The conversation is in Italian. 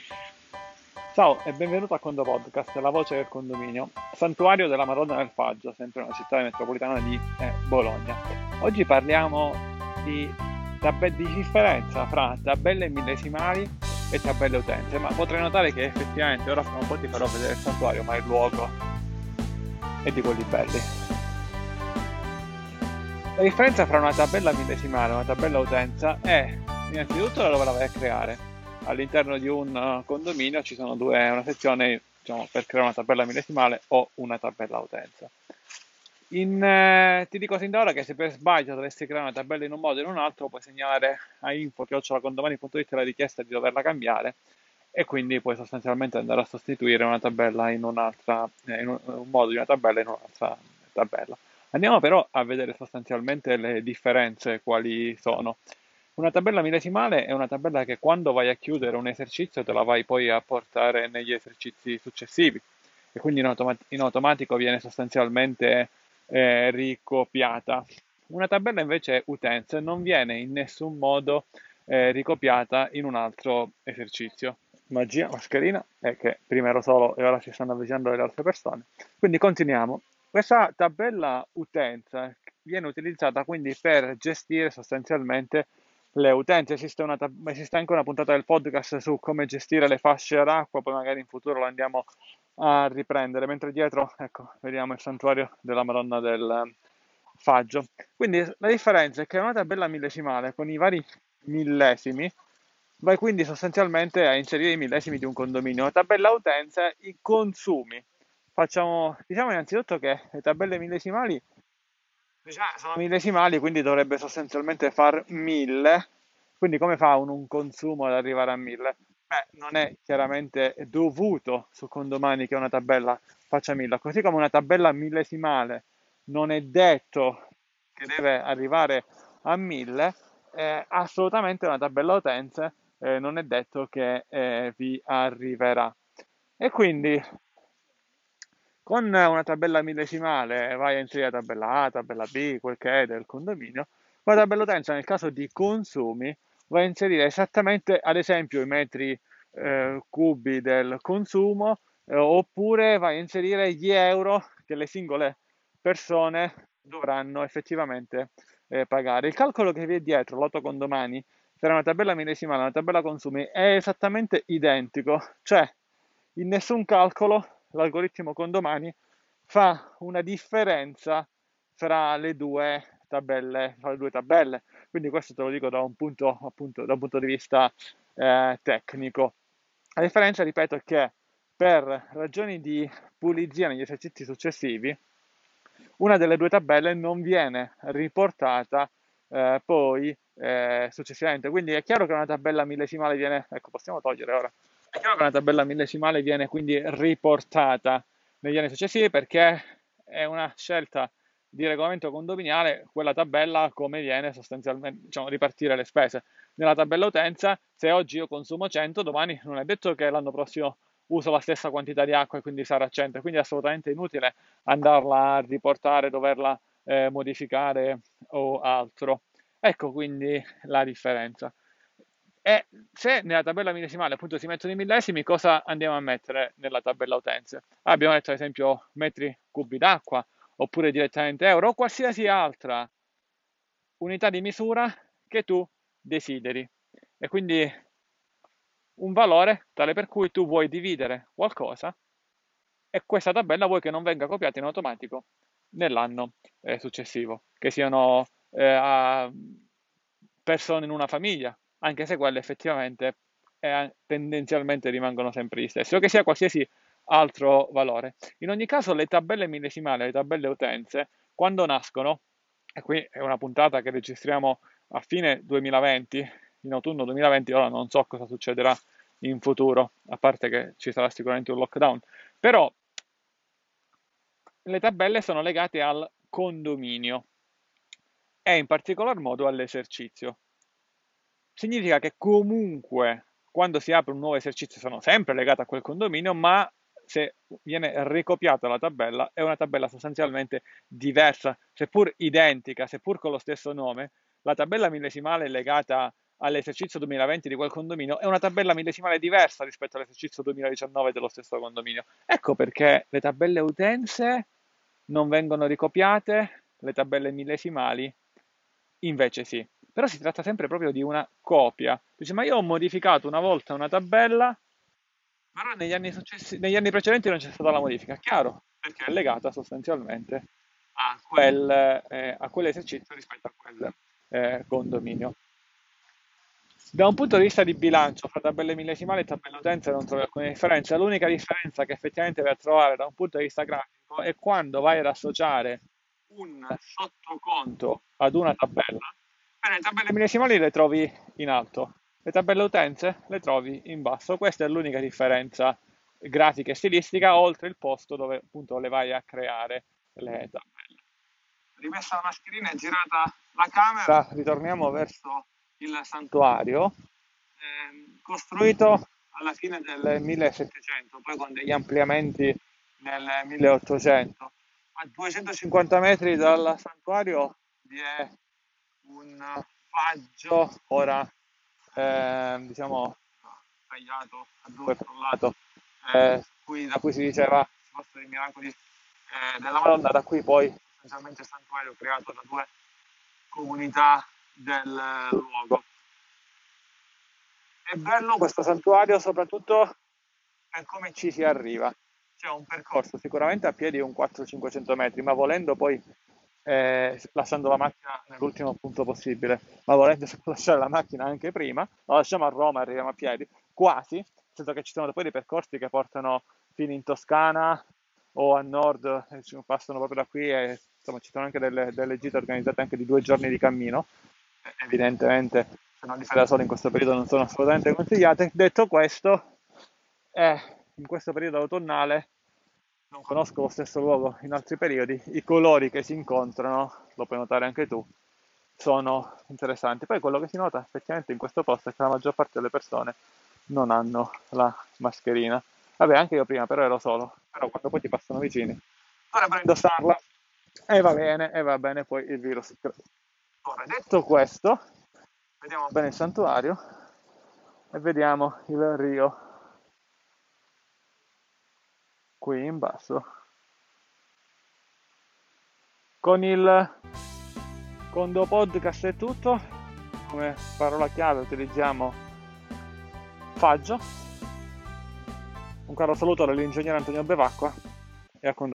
Ciao e benvenuto a Condo Podcast, la voce del condominio, santuario della Madonna del Faggio, sempre una città metropolitana di Bologna. Oggi parliamo di, di differenza fra tabelle millesimali e tabelle utenze, ma potrai notare che effettivamente ora fra un po' ti farò vedere il santuario, ma il luogo è di quelli belli. La differenza fra una tabella millesimale e una tabella utenza è innanzitutto da dove la vai a creare. All'interno di un condominio ci sono una sezione, diciamo, per creare una tabella millesimale o una tabella utenza. Ti dico sin da ora che se per sbaglio dovessi creare una tabella in un modo o in un altro, puoi segnalare a info@condomani.it la richiesta di doverla cambiare e quindi puoi sostanzialmente andare a sostituire una tabella in un'altra, in un modo di una tabella in un'altra tabella. Andiamo però a vedere sostanzialmente le differenze, quali sono. Una tabella millesimale è una tabella che quando vai a chiudere un esercizio te la vai poi a portare negli esercizi successivi e quindi in automatico viene sostanzialmente ricopiata. Una tabella invece utenze non viene in nessun modo ricopiata in un altro esercizio. Magia, mascherina, è che prima ero solo e ora si stanno avvicinando le altre persone. Quindi continuiamo. Questa tabella utenza viene utilizzata quindi per gestire sostanzialmente le utenze. Esiste anche una puntata del podcast su come gestire le fasce d'acqua, poi magari in futuro la andiamo a riprendere, mentre dietro, ecco, vediamo il santuario della Madonna del Faggio. Quindi la differenza è che una tabella millesimale con i vari millesimi vai quindi sostanzialmente a inserire i millesimi di un condominio. Una tabella utenza, i consumi. Diciamo innanzitutto che le tabelle millesimali sono millesimali, quindi dovrebbe sostanzialmente far 1000. Quindi come fa un consumo ad arrivare a 1000? Beh, non è chiaramente dovuto su condomani che una tabella faccia 1000, così come una tabella millesimale non è detto che deve arrivare a 1000, assolutamente una tabella utenze non è detto che vi arriverà. E quindi con una tabella millesimale vai a inserire la tabella A, tabella B, quel che è del condominio. Con la tabella utenza, nel caso di consumi, vai a inserire esattamente, ad esempio, i metri cubi del consumo, oppure vai a inserire gli euro che le singole persone dovranno effettivamente pagare. Il calcolo che vi è dietro, l'autocondomani, tra una tabella millesimale e una tabella consumi è esattamente identico, cioè in nessun calcolo l'algoritmo condomani fa una differenza fra le due tabelle. Quindi questo te lo dico da un punto, appunto, da un punto di vista tecnico. La differenza, ripeto, è che per ragioni di pulizia negli esercizi successivi, una delle due tabelle non viene riportata poi successivamente. Quindi è chiaro che una tabella millesimale viene, ecco, possiamo togliere ora. È chiaro che una tabella millesimale viene quindi riportata negli anni successivi perché è una scelta di regolamento condominiale quella tabella come viene sostanzialmente, diciamo, ripartire le spese. Nella tabella utenza, se oggi io consumo 100, domani non è detto che l'anno prossimo uso la stessa quantità di acqua e quindi sarà 100, quindi è assolutamente inutile andarla a riportare, doverla modificare o altro. Ecco quindi la differenza. E se nella tabella millesimale appunto si mettono i millesimi, cosa andiamo a mettere nella tabella utenze? Abbiamo detto ad esempio metri cubi d'acqua, oppure direttamente euro, o qualsiasi altra unità di misura che tu desideri. E quindi un valore tale per cui tu vuoi dividere qualcosa e questa tabella vuoi che non venga copiata in automatico nell'anno successivo, che siano persone in una famiglia, anche se quelle effettivamente tendenzialmente rimangono sempre gli stessi, o che sia qualsiasi altro valore. In ogni caso le tabelle millesimali, le tabelle utenze, quando nascono, e qui è una puntata che registriamo a fine 2020, in autunno 2020, ora non so cosa succederà in futuro, a parte che ci sarà sicuramente un lockdown, però le tabelle sono legate al condominio e in particolar modo all'esercizio. Significa che comunque quando si apre un nuovo esercizio sono sempre legate a quel condominio, ma se viene ricopiata la tabella è una tabella sostanzialmente diversa, seppur identica, seppur con lo stesso nome. La tabella millesimale è legata all'esercizio 2020 di quel condominio è una tabella millesimale diversa rispetto all'esercizio 2019 dello stesso condominio. Ecco perché le tabelle utenze non vengono ricopiate, le tabelle millesimali invece sì. Però si tratta sempre proprio di una copia. Dice, ma io ho modificato una volta una tabella, però negli anni precedenti non c'è stata la modifica. Chiaro, perché è legata sostanzialmente a quell'esercizio rispetto a quel condominio. Da un punto di vista di bilancio, fra tabelle millesimali e tabelle utenze non trovi alcuna differenza. L'unica differenza che effettivamente vai a trovare da un punto di vista grafico è quando vai ad associare un sottoconto ad una tabella. Le tabelle millesimali le trovi in alto, le tabelle utenze le trovi in basso. Questa è l'unica differenza grafica e stilistica, oltre il posto dove appunto le vai a creare le tabelle. Rimessa la mascherina e girata la camera, ritorniamo verso il santuario, costruito alla fine del 1700, poi con degli ampliamenti nel 1800. A 250 metri dal santuario vi è un faggio, ora diciamo tagliato a due per un lato, da cui si diceva si fossero i miracoli della Madonna, da qui poi essenzialmente il santuario creato da due comunità del luogo. È bello questo santuario soprattutto per come ci si arriva. C'è un percorso sicuramente a piedi un 400-500 metri, ma volendo poi, lasciando la macchina nell'ultimo punto possibile, ma volendo lasciare la macchina anche prima, la lasciamo a Roma e arriviamo a piedi, quasi, nel senso che ci sono poi dei percorsi che portano fino in Toscana o a nord, passano proprio da qui e insomma ci sono anche delle gite organizzate anche di 2 giorni di cammino. Evidentemente se non li fai da solo in questo periodo non sono assolutamente consigliate. Detto questo, in questo periodo autunnale non conosco lo stesso luogo in altri periodi, i colori che si incontrano, lo puoi notare anche tu, sono interessanti. Poi quello che si nota effettivamente in questo posto è che la maggior parte delle persone non hanno la mascherina. Vabbè, anche io prima però ero solo, però quando poi ti passano vicini dovrebbero indossarla e va bene poi il virus. Ora, detto questo, vediamo bene il santuario e vediamo il Rio qui in basso. Con il Condo Podcast è tutto. Come parola chiave utilizziamo faggio. Un caro saluto dall'ingegnere Antonio Bevacqua e a